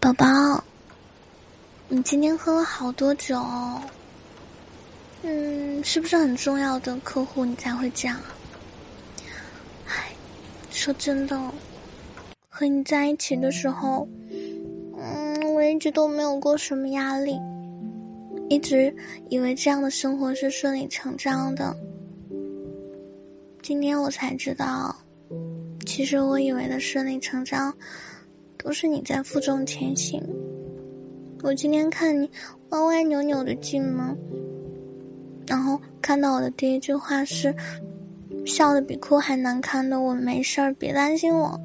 宝宝，你今天喝了好多酒哦。是不是很重要的客户你才会这样啊？说真的，和你在一起的时候，我一直都没有过什么压力，一直以为这样的生活是顺理成章的。今天我才知道，其实我以为的顺理成章，都是你在负重前行。我今天看你歪歪扭扭的进门，然后看到我的第一句话是笑得比哭还难看的，我没事儿，别担心我。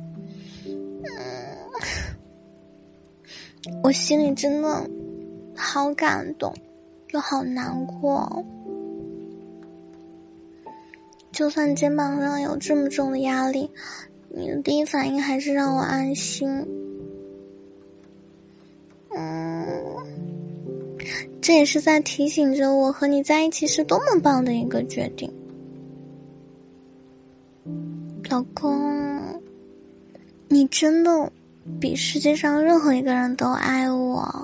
我心里真的好感动又好难过。就算肩膀上有这么重的压力，你的第一反应还是让我安心。这也是在提醒着我和你在一起是多么棒的一个决定。老公，你真的比世界上任何一个人都爱我。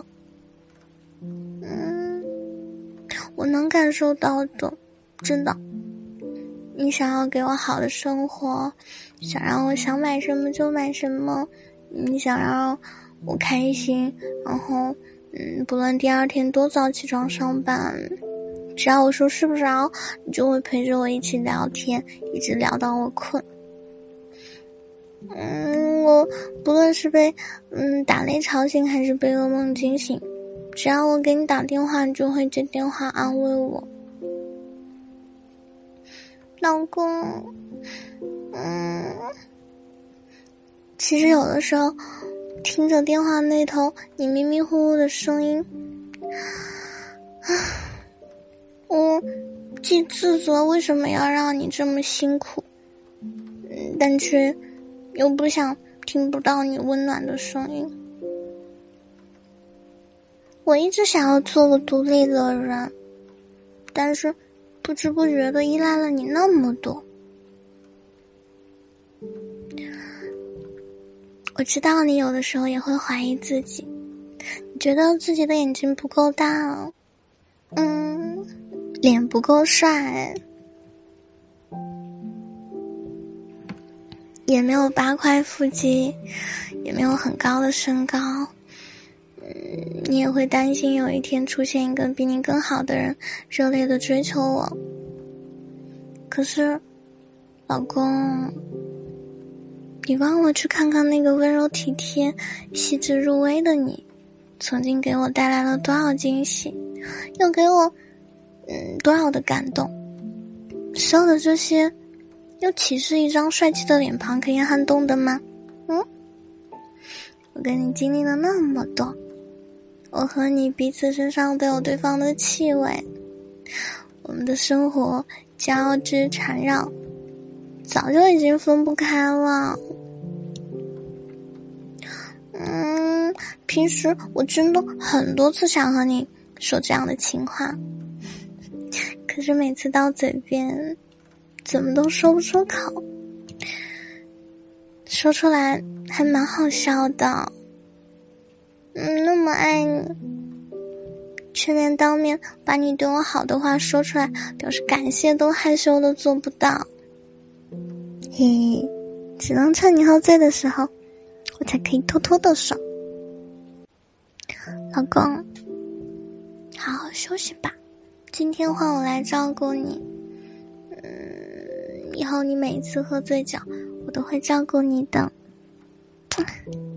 我能感受到的，真的。你想要给我好的生活，想让我想买什么就买什么，你想让我开心，然后不论第二天多早起床上班，只要我说睡不着，你就会陪着我一起聊天，一直聊到我困。我不论是被打雷吵醒还是被噩梦惊醒，只要我给你打电话，你就会接电话安慰我。老公，其实有的时候听着电话那头你迷迷糊糊的声音，我既自责为什么要让你这么辛苦，但却又不想听不到你温暖的声音。我一直想要做个独立的人，但是不知不觉的依赖了你那么多。我知道你有的时候也会怀疑自己，你觉得自己的眼睛不够大，脸不够帅，也没有8块腹肌，也没有很高的身高。你也会担心有一天出现一个比你更好的人热烈的追求我。可是老公，你忘了去看看那个温柔体贴细致入微的你，曾经给我带来了多少惊喜，又给我多少的感动。所有的这些又岂是一张帅气的脸庞可以撼动的吗？我跟你经历了那么多，我和你彼此身上都有对方的气味，我们的生活交织缠绕，早就已经分不开了。平时我真的很多次想和你说这样的情话，可是每次到嘴边怎么都说不出口，说出来还蛮好笑的。那么爱你，却连当面把你对我好的话说出来表示感谢都害羞的做不到。只能趁你喝醉的时候，我才可以偷偷的说。老公，好好休息吧，今天换我来照顾你。以后你每一次喝醉酒，我都会照顾你的。